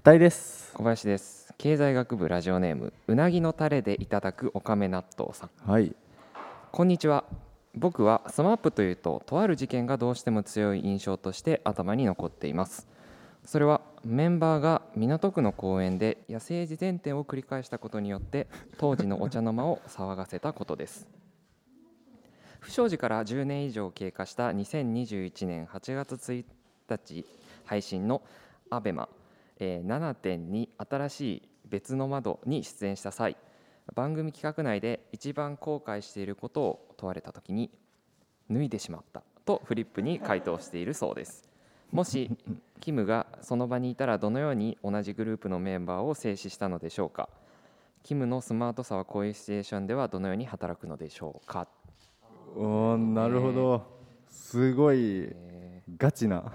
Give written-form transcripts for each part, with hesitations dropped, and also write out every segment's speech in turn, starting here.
片井です。 小林です。経済学部ラジオネームうなぎのタレでいただくおかめ納豆さん。 はい。 こんにちは。僕はスマップというととある事件がどうしても強い印象として頭に残っています。それはメンバーが港区の公園で野生児前転を繰り返したことによって当時のお茶の間を騒がせたことです。不祥事から10年以上経過した2021年8月1日配信のアベマ、7.2 新しい別の窓に出演した際、番組企画内で一番後悔していることを問われたときに、脱いでしまったとフリップに回答しているそうです。もしキムがその場にいたらどのように同じグループのメンバーを制止したのでしょうか。キムのスマートさはこういうシチュエーションではどのように働くのでしょうか。 おー、なるほど。すごいガチな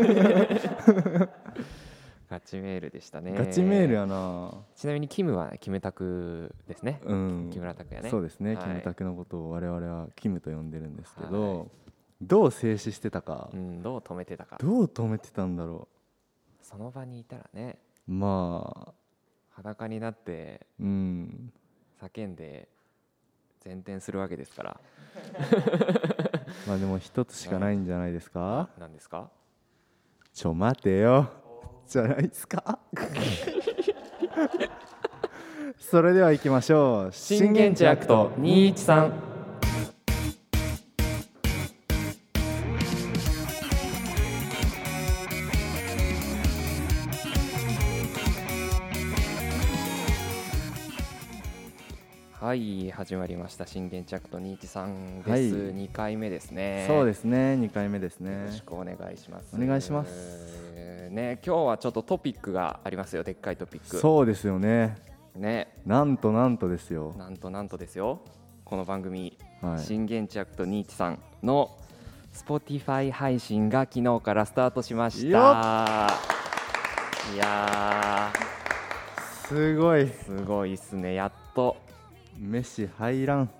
ガチメールでしたね。 ガチメールやな。 ちなみにキムはキムタクですね。木村拓哉ね。 そうですね、 はい、 キムタクのことを我々はキムと呼んでるんですけど、はい、どう静止してたか、 どう止めてたか。 どう止めてたんだろう。その場にいたらね、 まあ裸になって、叫んで前転するわけですからまあでも一つしかないんじゃないですか。 何ですか。 ちょ待てよじゃないですかそれでは行きましょう。 震源地アクト213。はい、始まりました震源地アクト213です、はい、2回目ですね。 そうですね、2回目ですね。 よろしくお願いします。 お願いしますね。今日はちょっとトピックがありますよ。でっかいトピック。 そうですよね。なんとですよ。 なんとですよ。この番組、 はい、 震源地アクト213の Spotify 配信が昨日からスタートしました。いやー、すごいっすね。やっと飯入らん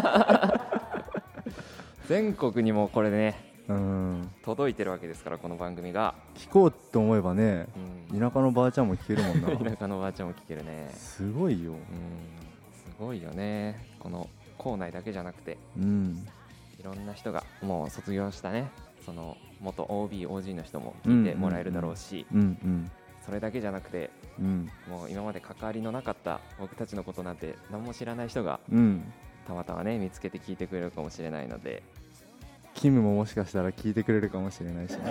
全国にもこれね、届いてるわけですから、この番組が。 聞こうと思えばね、田舎のばあちゃんも聞けるもんな田舎のばあちゃんも聞けるね。 すごいよ。 すごいよね。この校内だけじゃなくて、いろんな人がもう卒業したね、その元 OB、OG の人も聞いてもらえるだろうし、それだけじゃなくて、もう今まで関わりのなかった僕たちのことなんて何も知らない人が、たまたまね見つけて聞いてくれるかもしれないので、 キムももしかしたら聞いてくれるかもしれないしね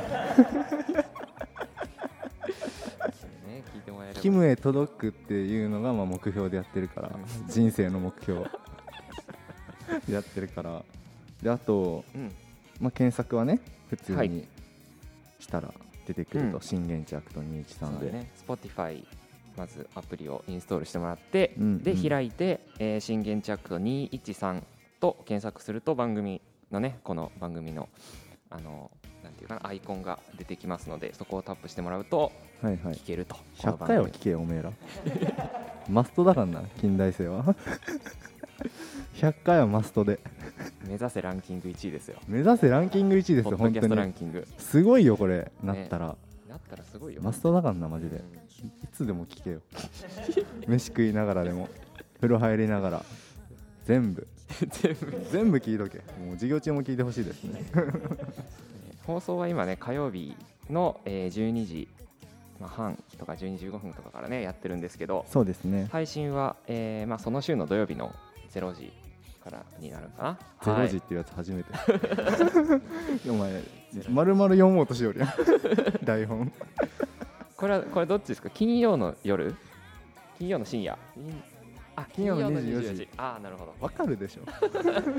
聞いてもらえれば。 キムへ届くっていうのがまあ目標でやってるから人生の目標やってるから。であと、検索はね普通にしたら出てくると、震源地アクト213で、 ね、Spotify まずアプリをインストールしてもらって、で開いて、震源地アクト213と検索すると番組のね、この番組のなんていうかな、アイコンが出てきますので、そこをタップしてもらうと聞けると。 100回は聞けよおめえらマストだからな、近代生は100回はマストで目指せランキング1位ですよ。 目指せランキング1位ですよ。本当にランキングすごいよこれ、なったらすごいよ。 マストだからなマジで。いつでも聞けよ飯食いながらでも風呂入りながら全部聞いとけ。もう授業中も聞いてほしいですね放送は今ね、火曜日の12時半とか12時15分とかからねやってるんですけど、 そうですね。 配信はその週の土曜日の0時からになるかな。 0時っていうやつ初めてお前丸々読もうとしよるやん台本これどっちですか。金曜の夜、金曜の深夜、 金曜の24時。 なるほど、 わかるでしょ土曜日0時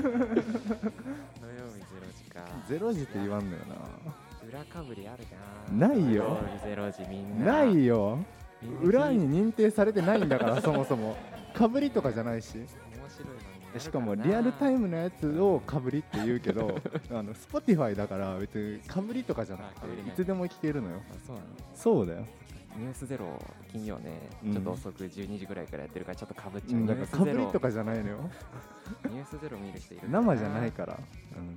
か。 0時って言わんのよな。 裏かぶりあるかな。 ないよ。 0時みんなないよ。裏に認定されてないんだからそもそもかぶりとかじゃないし。しかもリアルタイムのやつをかぶりって言うけどSpotify だから別にかぶりとかじゃなくていつでも聞けるのよ。そうだよ。 ニュースゼロ金曜ね、ちょっと遅く12時ぐらいからやってるからちょっとかぶっちゃう。 だからかぶりとかじゃないのよニュースゼロ見る人いる。 生じゃないから。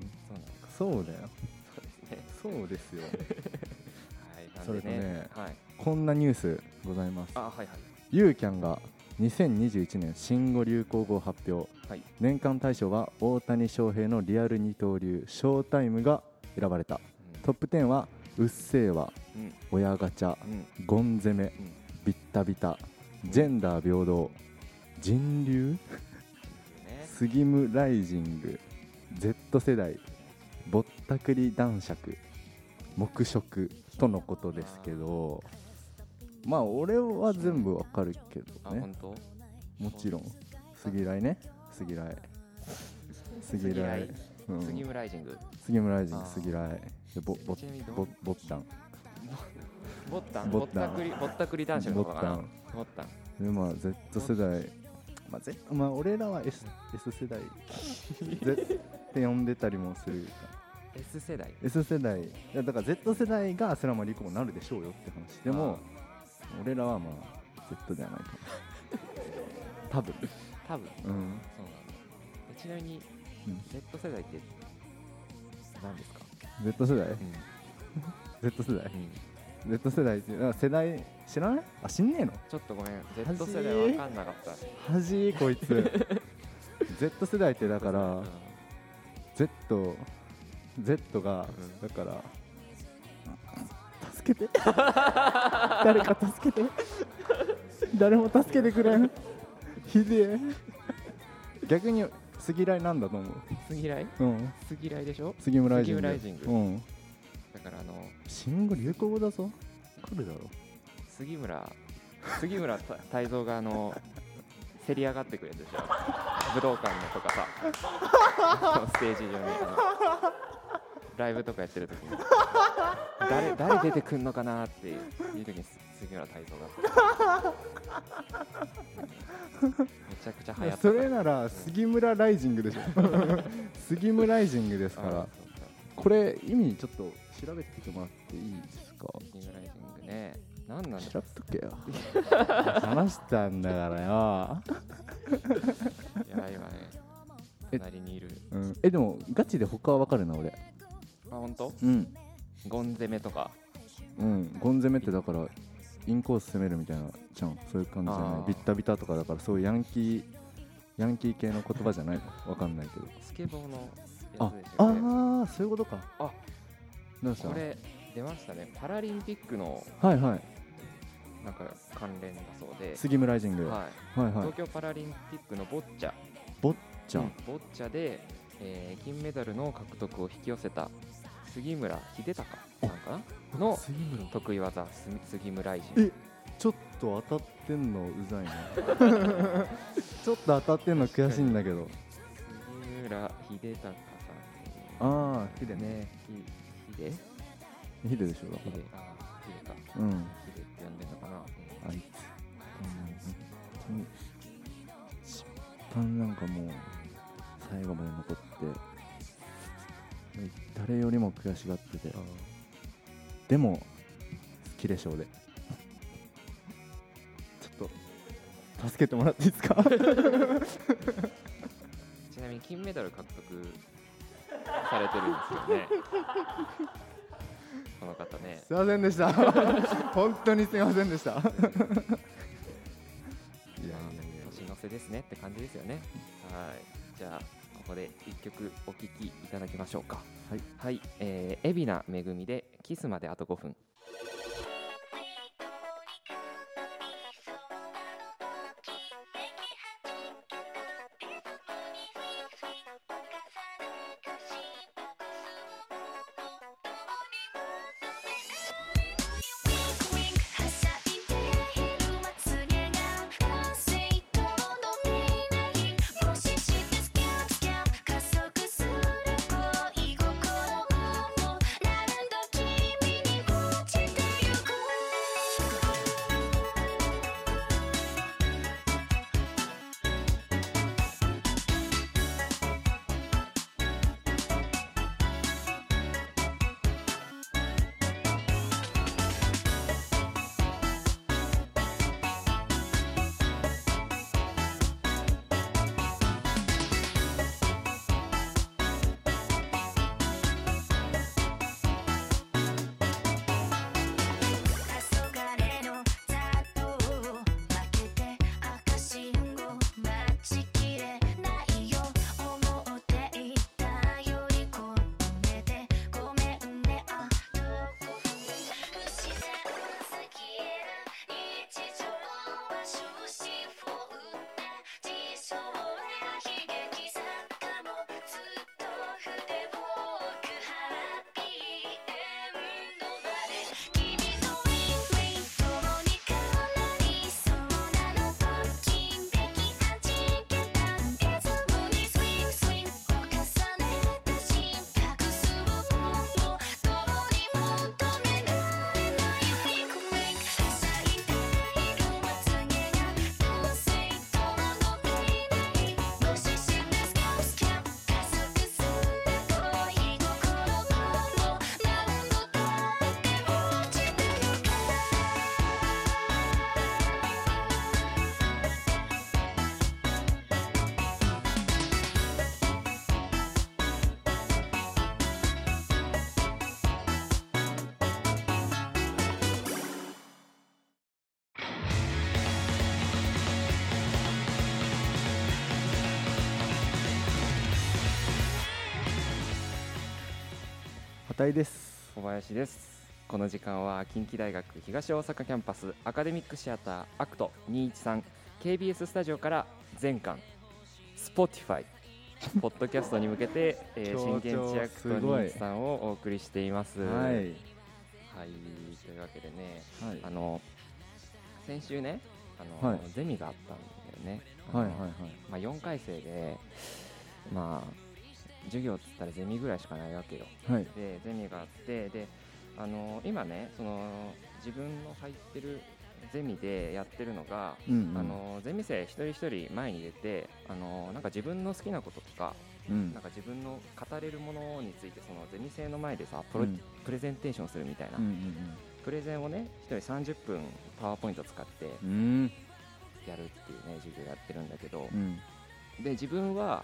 そうだよ。そうですよそれとね、 こんなニュースございます。 はいはい。 ユーキャンが2021年新語・流行語を発表、はい、年間大賞は大谷翔平のリアル二刀流ショータイムが選ばれた、トップ10はうっせぇわ、親ガチャ、ゴン攻め、ビッタビタ、ジェンダー平等、人流スギムライジング、 Z 世代、ぼったくり男爵、黙食とのことですけど、まあ俺は全部わかるけどね。 本当？ もちろんスギライね、スギライ、スギライ、 スギムライジング、 スギムライジング、スギライでボッタン、 ぼったくり男爵のかな。ボッタンで、まあ Z 世代、まあ俺らは S 世代Z って呼んでたりもするか。 S 世代、 だから Z 世代がスラマリコになるでしょうよって話でも、俺らはまあ Z ではないかも多分、 そうなんだ。ちなみに、Z 世代って何ですか？ Z 世代、Z 世代、Z 世代って世代知らない？知んねえの？ ちょっとごめん、Z 世代分かんなかった。 恥こいつZ 世代ってだから、Z が、だから助けて誰か助けて誰も助けてくれん。ひでえ。逆にスギライなんだと思う。 スギライ？スギライでしょ？ スギムライジング。 だから新語・流行語だぞ。来るだろ。 杉村太蔵がせり上がってくれるでしょ。武道館のとかさステージ上にライブとかやってる時に誰出てくんのかなっていう時に杉村太蔵がめちゃくちゃ流行った。 それなら杉村ライジングでしょ杉村ライジングですから。これ意味ちょっと調べてもらっていいですか？ 杉村ライジングね、何なんだ。 調べとけよ話したんだからよいや今ね隣にいる。 でもガチで他は分かるな俺。 本当？ゴン攻めとか。 ゴン攻めってだからインコース攻めるみたいなじゃん。そういう感じじゃない？ビッタビタとかだからそういうヤンキー系の言葉じゃないの？分かんないけど。 スケボーのやつですよね。 そういうことか。どうした？ これ出ましたね。パラリンピックのなんか関連だそうで。 スギムライジング。 東京パラリンピックのボッチャで、金メダルの獲得を引き寄せた杉村英孝さんかなの得意技スギムライジング。 ちょっと当たってんのうざいなちょっと当たってんの悔しいんだけど。 杉村英孝さん。 ヒデね。ヒデでしょ。だからヒデか。ヒデって呼んでんのかな。 あいつ失敗なんかもう最後まで残って誰よりも悔しがってて、でも好きでしょうでちょっと助けてもらっていいですかちなみに金メダル獲得されてるんですよねこの方ね。 すいませんでした本当にすいませんでしたいや年の瀬ですねって感じですよね。はい、じゃあここで一曲お聴きいただきましょうか。はい、海老名めぐみでキスまであと5分。 片井です。 小林です。この時間は近畿大学東大阪キャンパスアカデミックシアターアクト213 KBS スタジオから全館 Spotify ポッドキャストに向けて、真剣チアクト213をお送りしています。はい、はい、というわけでね、はい、先週ねはい、ゼミがあったんだよね。はいはいはい。4回生で授業っつったらゼミぐらいしかないわけよ。はい、でゼミがあってで今ね自分の入ってるゼミでやってるのが、ゼミ生一人一人前に出てなんか自分の好きなこととか、なんか自分の語れるものについてそのゼミ生の前でさプレゼンテーションするみたいな、プレゼンをね1人30分パワーポイント使ってやるっていうね授業やってるんだけど、で自分は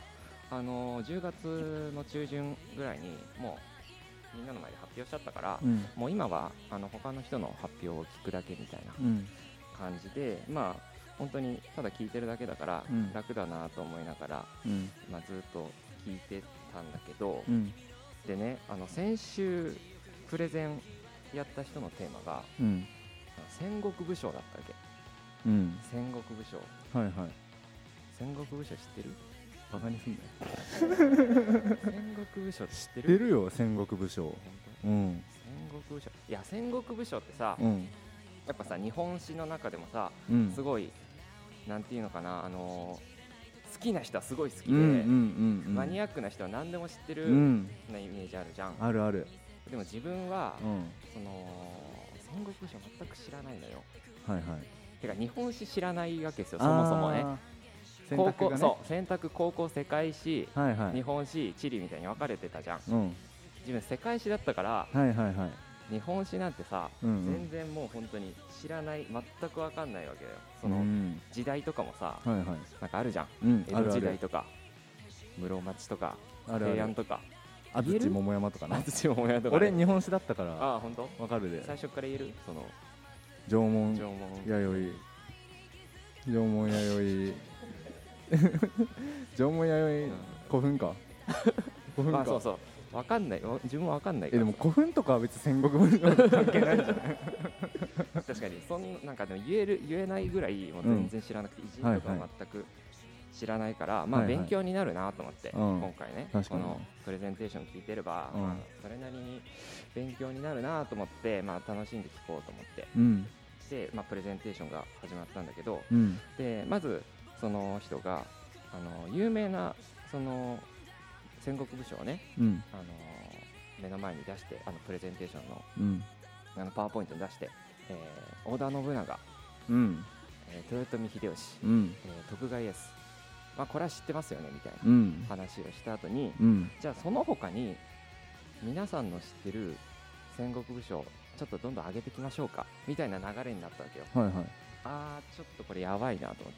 10月の中旬ぐらいにもうみんなの前で発表しちゃったから、もう今は他の人の発表を聞くだけみたいな感じで、本当にただ聞いてるだけだから楽だなと思いながら、ずっと聞いてたんだけど、でね先週プレゼンやった人のテーマが、戦国武将だったわけ。戦国武将、はいはい、戦国武将知ってる？ バカにすんなよ戦国武将って知ってる？ 知ってるよ、戦国武将。 戦国武将、いや戦国武将ってさ、やっぱさ日本史の中でもさ、すごいなんていうのかな、好きな人はすごい好きで、マニアックな人は何でも知ってるなイメージあるじゃん。 あるある。 でも自分は、戦国武将全く知らないのよ。はいはい。てか日本史知らないわけですよ、そもそもね。選択高校世界史、はいはい、日本史地理みたいに分かれてたじゃん。自分世界史だったから、日本史なんてさ、全然もう本当に知らない、全く分かんないわけだよ。その時代とかもさ、なんかあるじゃん。江戸時代とか室町とか平安とか安土桃山とかね。 安土桃山とか、 俺日本史だったから。 ああ本当？ 分かるで。 最初から言える？その縄文弥生縄文弥生縄文弥生古墳か古墳か。 そうそう分かんない、自分は分かんない。 でも古墳とかは別に戦国武将関係ないんじゃない？ 確かになんかでも言えないぐらいもう全然知らなくて、偉人とか全く知らないから、勉強になるなと思って、今回ねこのプレゼンテーション聞いてれば、それなりに勉強になるなと思って、楽しんで聞こうと思って、で、プレゼンテーションが始まったんだけど、でまずその人が有名なその戦国武将をね、目の前に出して、プレゼンテーションの、パワーポイントに出して、織田信長、豊臣秀吉、徳川家康、これは知ってますよねみたいな話をした後に、じゃあその他に皆さんの知ってる戦国武将ちょっとどんどん上げていきましょうかみたいな流れになったわけよ。ちょっとこれやばいなと思って、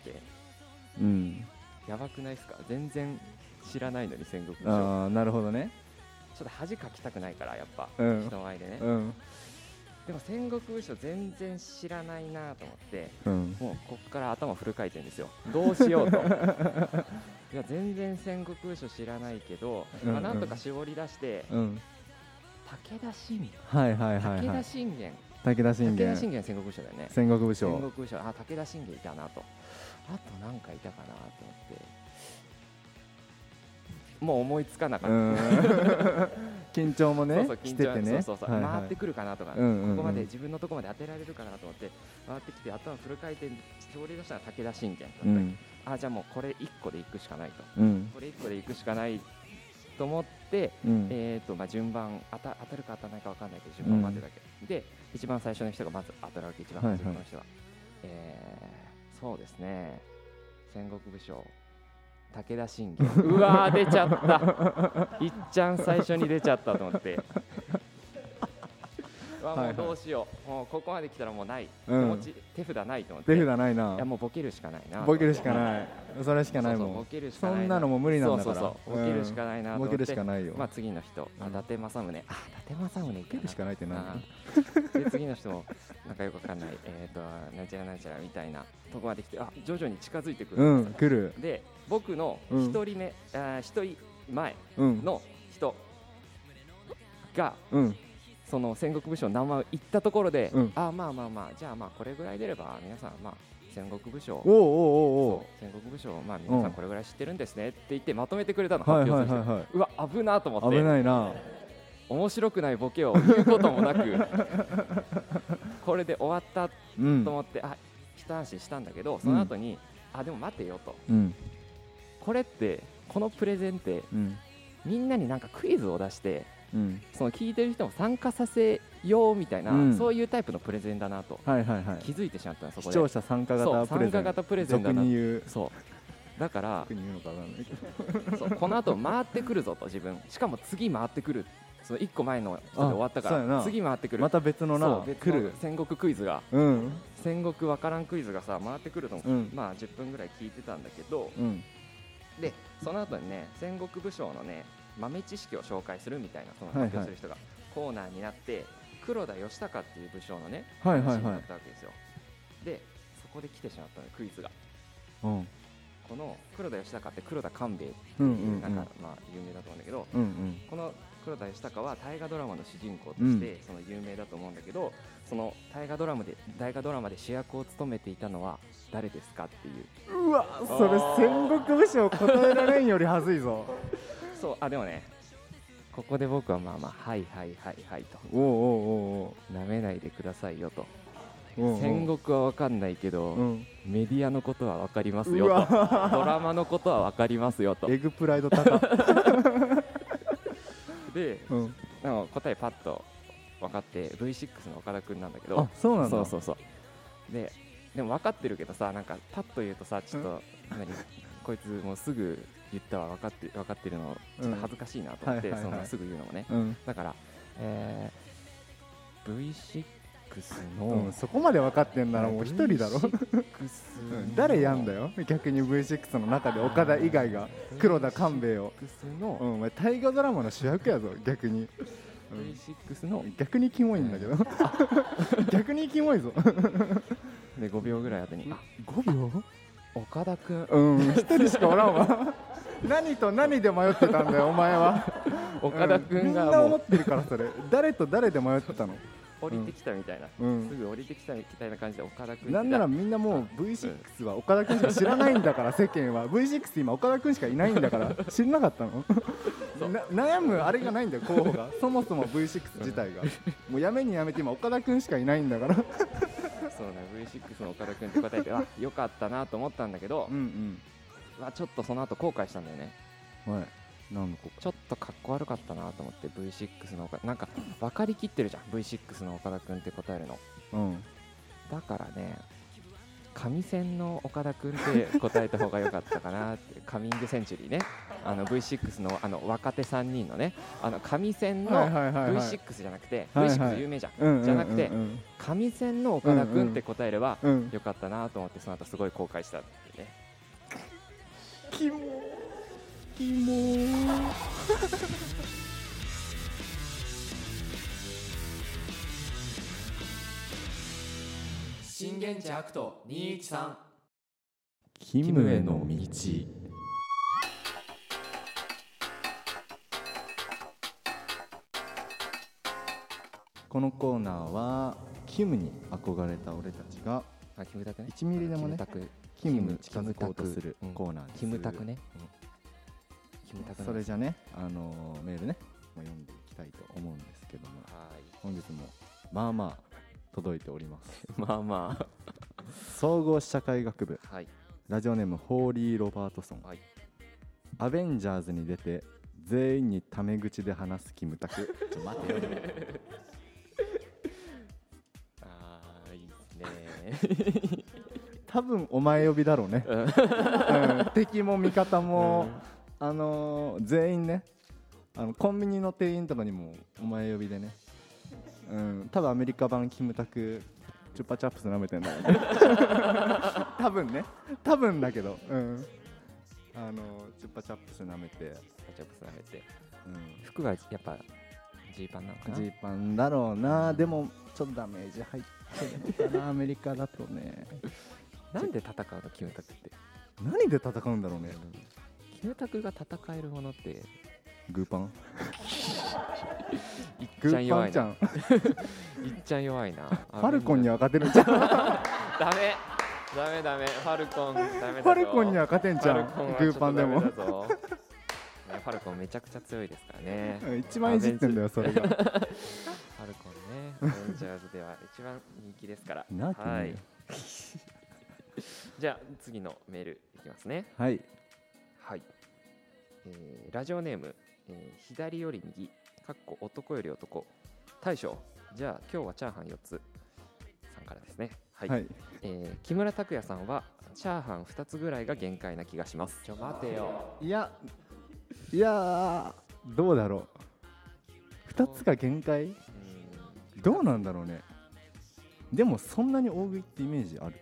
やばくないですか？全然知らないのに戦国武将。 なるほどね。 ちょっと恥かきたくないからやっぱ、人前でね、でも戦国武将全然知らないなと思って、もうこっから頭フル回転ですよ。どうしようといや全然戦国武将知らないけど、なんとか絞り出して、武田信玄、武田信玄戦国武将だよね。 戦国武将、 武田信玄いたなと、あと何かいたかなと思って、もう思いつかなかった。 緊張もねしててね、 回ってくるかなとか、ここまで自分のとこまで当てられるかなと思って回ってきて、頭フル回転絞り出したら武田信玄だった。じゃあもうこれ1個で行くしかないと、これ1個で行くしかないと思って、順番当たるか当たらないか分かんないけど順番待ってだけ、で一番最初の人がまず当たるわけ。一番初めの人は、そうですね、戦国武将武田信玄。うわー出ちゃったいっちゃん最初に出ちゃったと思ってもうどうしよう、もうここまで来たらもうない、手札ないと思って。 手札ないな。 いやもうボケるしかないな。 ボケるしかない。それしかないもん。 ボケるしかない。 そんなのも無理なんだから。 ボケるしかないなと思って。 ボケるしかないよ。 次の人、伊達政宗。伊達政宗ボケるしかないって何？ で次の人もなんかよくわかんない、なんちゃらなんちゃらみたいなとこまで来て、徐々に近づいてくる。 来る。 で僕の一人前の人が、 うん、 その戦国武将の名前を言ったところで、 うん、 まあじゃあこれぐらい出れば皆さん戦国武将戦国武将皆さんこれぐらい知ってるんですねって言ってまとめてくれたの、発表する人、うわ危なと思って、 危ないな、 面白くないボケを言うこともなくこれで終わったと思って、一安心したんだけど、その後に、でも待てよと、これってこのプレゼンって、みんなになんかクイズを出して、その聞いてる人も参加させようみたいな、そういうタイプのプレゼンだなと気づいてしまったの、そこで。 視聴者参加型プレゼンだな。 そうだからそうこの後回ってくるぞと、自分しかも次回ってくる、その1個前の人で終わったから次回ってくる、 また別の来る戦国クイズが、戦国わからんクイズがさ回ってくると、10分ぐらい聞いてたんだけど、でその後にね、戦国武将のね豆知識を紹介するみたいな、その発表する人がコーナーになって、黒田義孝っていう武将のね話になったわけですよ。でそこで来てしまったのクイズが、この黒田義孝って黒田官兵衛っていうなんか有名だと思うんだけど、この黒田義孝は大河ドラマの主人公としてその有名だと思うんだけど、その大河ドラマで主役を務めていたのは誰ですかっていう。 うわ、それ戦国武将答えられんよりはずいぞ。 そうでもね、ここで僕ははいと、なめないでくださいよと、戦国は分かんないけど、メディアのことは分かりますよと、ドラマのことは分かりますよと。 エグプライド高で、答えパッと分かって V6 の岡田君なんだけど、 そうなんだ。 そうでも分かってるけどさ、なんかパッと言うとさ、ちょっとこいつもうすぐ言ったわ、分かってるのちょっと恥ずかしいなと思って、そんなすぐ言うのもね、だから、V6 の、 そこまで分かってんならもう一人だろ。誰やんだよ逆に V6 の中で岡田以外が黒田官兵衛を。大河ドラマの主役やぞ逆に。 V6 の逆にキモいんだけど逆にキモいぞで5秒ぐらい後に 5秒岡田くん、 一人しかおらんわ何と何で迷ってたんだよお前は。 岡田くんがみんな思ってるから、それ誰と誰で迷ってたの。 降りてきたみたいな、すぐ降りてきたみたいな感じで岡田くん、 なんならみんなもう V6 は岡田くんしか知らないんだから世間は V6 今岡田くんしかいないんだから知らなかったの悩むあれがないんだよ候補がそもそも V6 自体がもうやめにやめて今岡田くんしかいないんだからそうね、V6 の岡田くんって答えてよかったなと思ったんだけど、ちょっとその後後悔したんだよね。ちょっとかっこ悪かったなと思って、 V6 のなんか分かりきってるじゃん V6 の岡田くんって答えるの、だからね、上線の岡田くんって答えた方が良かったかなって。カミングセンチュリーね、V6 の若手3人のね、上線の V6 じゃなくて、V6 有名じゃん、じゃなくて上線の岡田くんって答えれば良かったなと思って、その後すごい後悔したってね。 キモ震源地アクト213 キムへの道。このコーナーはキムに憧れた俺たちが1ミリでもねキムに近づこうとするコーナーです。 キムタクね、 それじゃね、メールね読んでいきたいと思うんですけども、本日もまあ届いております総合社会学部、ラジオネームホーリー・ロバートソン、アベンジャーズに出て全員にタメ口で話すキムタクちょ待てよいいですね多分お前呼びだろうね、敵も味方も、全員ね、コンビニの店員とかにもお前呼びでね、多分アメリカ版キムタクチュッパチャップス舐めてんだよね多分だけど、チュッパチャップス舐めて、 服がやっぱジーパンなのかな。 ジーパンだろうな、でもちょっとダメージ入ってるのかなアメリカだとね。 なんで戦うのキムタクって。 何で戦うんだろうね。 キムタクが戦えるものってグーパンいっグちゃん弱いな。 ーパンちゃん。 いっちゃん弱いな。 ファルコンには勝てるんちゃう。 ダメダメファルコンダメだぞ。 ファルコンには勝てんちゃう。グーパンでも。 ファルコンめちゃくちゃ強いですからね。 一番いじってんだよそれが。 ファルコンね、アベンジャーズでは一番人気ですから。 なわけねえよ。 じゃあ次のメールいきますね。 はい。 はい。ラジオネーム、左より右かっこ男より男大将。じゃあ今日はチャーハン4つさんからですね。はい、 はい。 木村拓哉さんはチャーハン2つぐらいが限界な気がします。 待てよ。 いやどうだろう。2つが限界。どうなんだろうね。でもそんなに大食いってイメージある。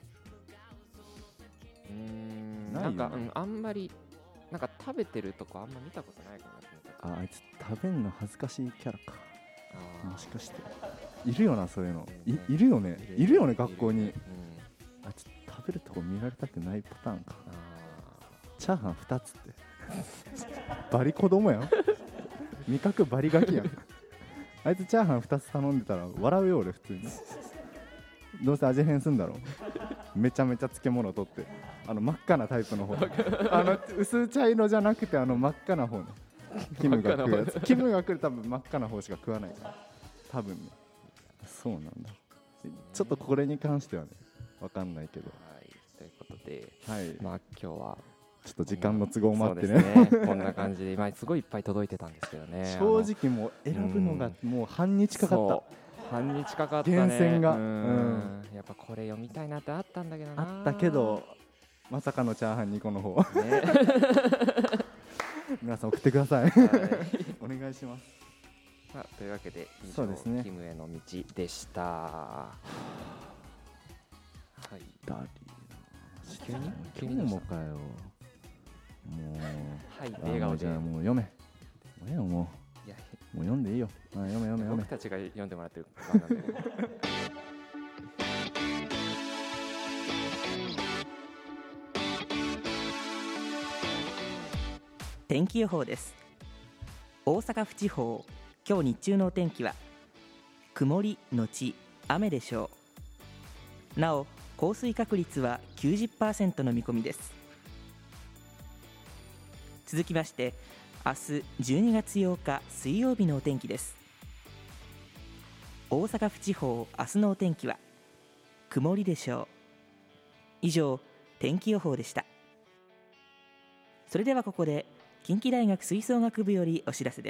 なんか、あんまりなんか食べてるとこあんま見たことないかな。 あいつ食べんの恥ずかしいキャラか。もしかしているよなそういうの。いるよね。いるよね学校に。あいつ食べるとこ見られたくないパターンか。チャーハン2つってバリ子供やん。味覚バリガキやん。あいつチャーハン2つ頼んでたら笑うよ俺普通に。どうせ味変すんだろ。めちゃめちゃ漬物取って真っ赤なタイプの方。薄茶色じゃなくて真っ赤な方ね。キムが食うやつ。キムが来る多分真っ赤な方しか食わないから多分ね。そうなんだ。ちょっとこれに関してはね分かんないけど。 はいということで、 はい、 まあ今日はちょっと時間の都合もあってね。 そうですねこんな感じで今すごいいっぱい届いてたんですけどね。 正直もう選ぶのがもう半日かかった。 半日かかったね。 厳選がやっぱこれ読みたいなってあったんだけどな。 あったけどまさかのチャーハン2個の方、ね、皆さん送ってください、はい、お願いします。 というわけで以上、ね、キムへの道でした。はい、 急にもかよ。もうはい笑顔で。 じゃあもう読め。もうええよもう。いやもう読んでいいよ。読め。 僕たちが読んでもらってる側なんで、ね。 天気予報です。大阪府地方、今日日中のお天気は曇りのち雨でしょう。なお降水確率は 90% の見込みです。続きまして明日12月8日水曜日のお天気です。大阪府地方、明日のお天気は曇りでしょう。以上、天気予報でした。それではここで近畿大学吹奏楽部よりお知らせです。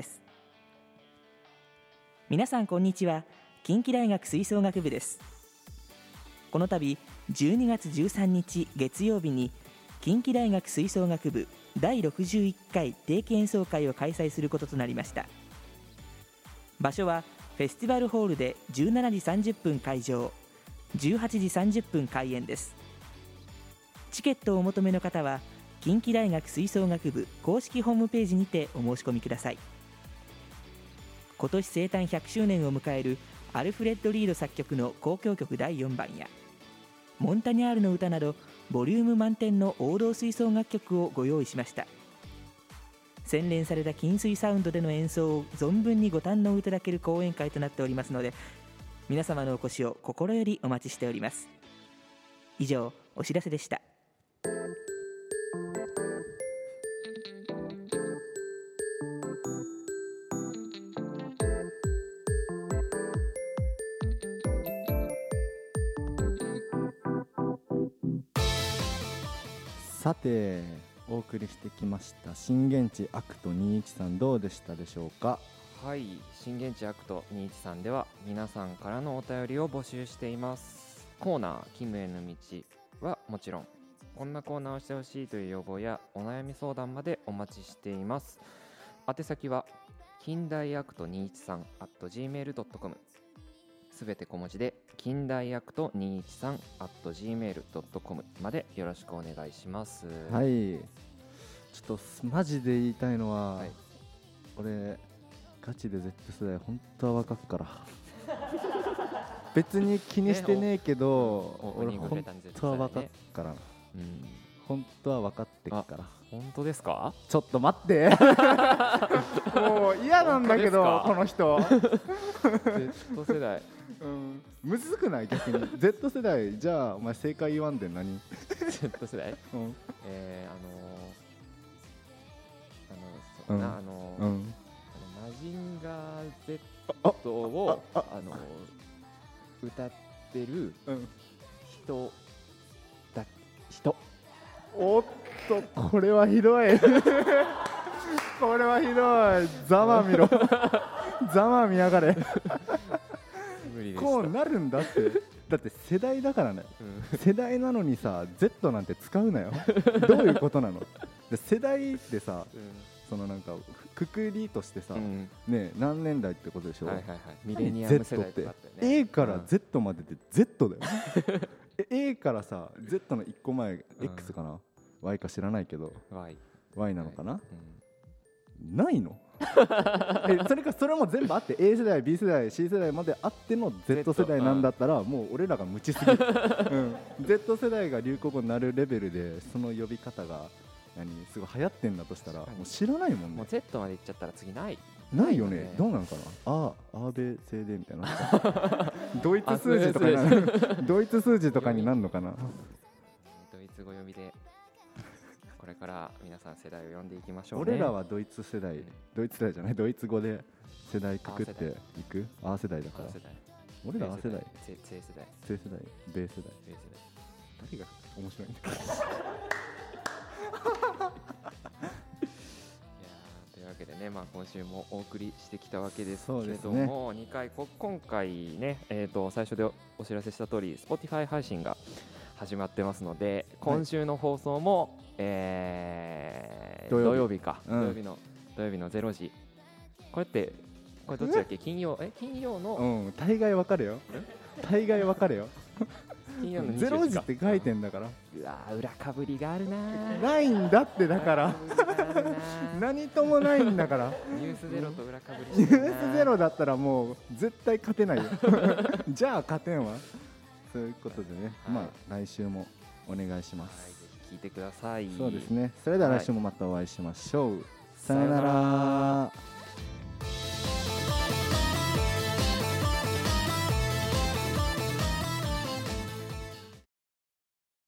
皆さんこんにちは。近畿大学吹奏楽部です。この度12月13日月曜日に近畿大学吹奏楽部第61回定期演奏会を開催することとなりました。場所はフェスティバルホールで17時30分開場、18時30分開演です。チケットをお求めの方は近畿大学吹奏楽部公式ホームページにてお申し込みください。今年生誕100周年を迎えるアルフレッド・リード作曲の交響曲第4番やモンタニャールの歌などボリューム満点の王道吹奏楽曲をご用意しました。洗練された金水サウンドでの演奏を存分にご堪能いただける講演会となっておりますので、皆様のお越しを心よりお待ちしております。以上、お知らせでした。 さてお送りしてきました震源地アクト213、どうでしたでしょうか。 はい、震源地アクト213では皆さんからのお便りを募集しています。コーナーキムへの道はもちろん、こんなコーナーをしてほしいという要望やお悩み相談までお待ちしています。宛先は近代アクト213 @gmail.com、 すべて小文字で近代アクト213 @gmail.com までよろしくお願いします。 はい、ちょっとマジで言いたいのは、はい、俺ガチで Z 世代本当は若くから別に気にしてねえけど、俺本当は若くから、 本当は分かってっから本当ですか？ ちょっと待ってもう嫌なんだけどこの人 Z 世代むずくない逆にZ 世代じゃあお前正解言わんで何 Z 世代うんそうなマジンガー Z を歌ってる人おっとこれはひどいこれはひどいざまみろざまみやがれ無理でした。 こうなるんだってだって世代だからね、世代なのにさ Z なんて使うなよどういうことなので世代ってさ、そのなんかくくりとしてさ、ね何年代ってことでしょ、 ミレニアム世代とかあったよね。 A から Z までで Z だよA からさ Z の1個前 X かな、Y か知らないけど Y なのかな、ないのそれも全部あって A 世代 B 世代 C 世代まであっての Z 世代なんだったらもう俺らが無知すぎる、Z 世代が流行語になるレベルでその呼び方がすごい流行ってんだとしたらもう知らないもんね。 もう Z までいっちゃったら次ないよね。どうなのかな、アーベセデみたいなドイツ数字とかにドイツ数字とかになるのかな。 ドイツ語読みでこれから皆さん世代を呼んでいきましょうね。 俺らはドイツ世代、ドイツ世代じゃないドイツ語で世代くくっていく。アー世代だから俺らアー世代、 セ世代、 セ世代、ベー世代、誰が面白いんだというわけでね、今週もお送りしてきたわけですけそうでどすねも、2回今回ね、最初でお知らせした通り Spotify 配信が始まってますので、今週の放送も、土曜日か、土曜日の0時、これどっちだっけ、金曜の、 大概分かるよ大概分かるよ金曜の 0時って書いてんだから。 うわ裏かぶりがあるなないんだってだから何ともないんだからニュースゼロと裏かぶりニュースゼロだったらもう絶対勝てないよじゃあ勝てんわ。そういうことでね、来週もお願いします。 ぜひ聞いてください。 そうですね。それでは来週もまたお会いしましょう。さよなら。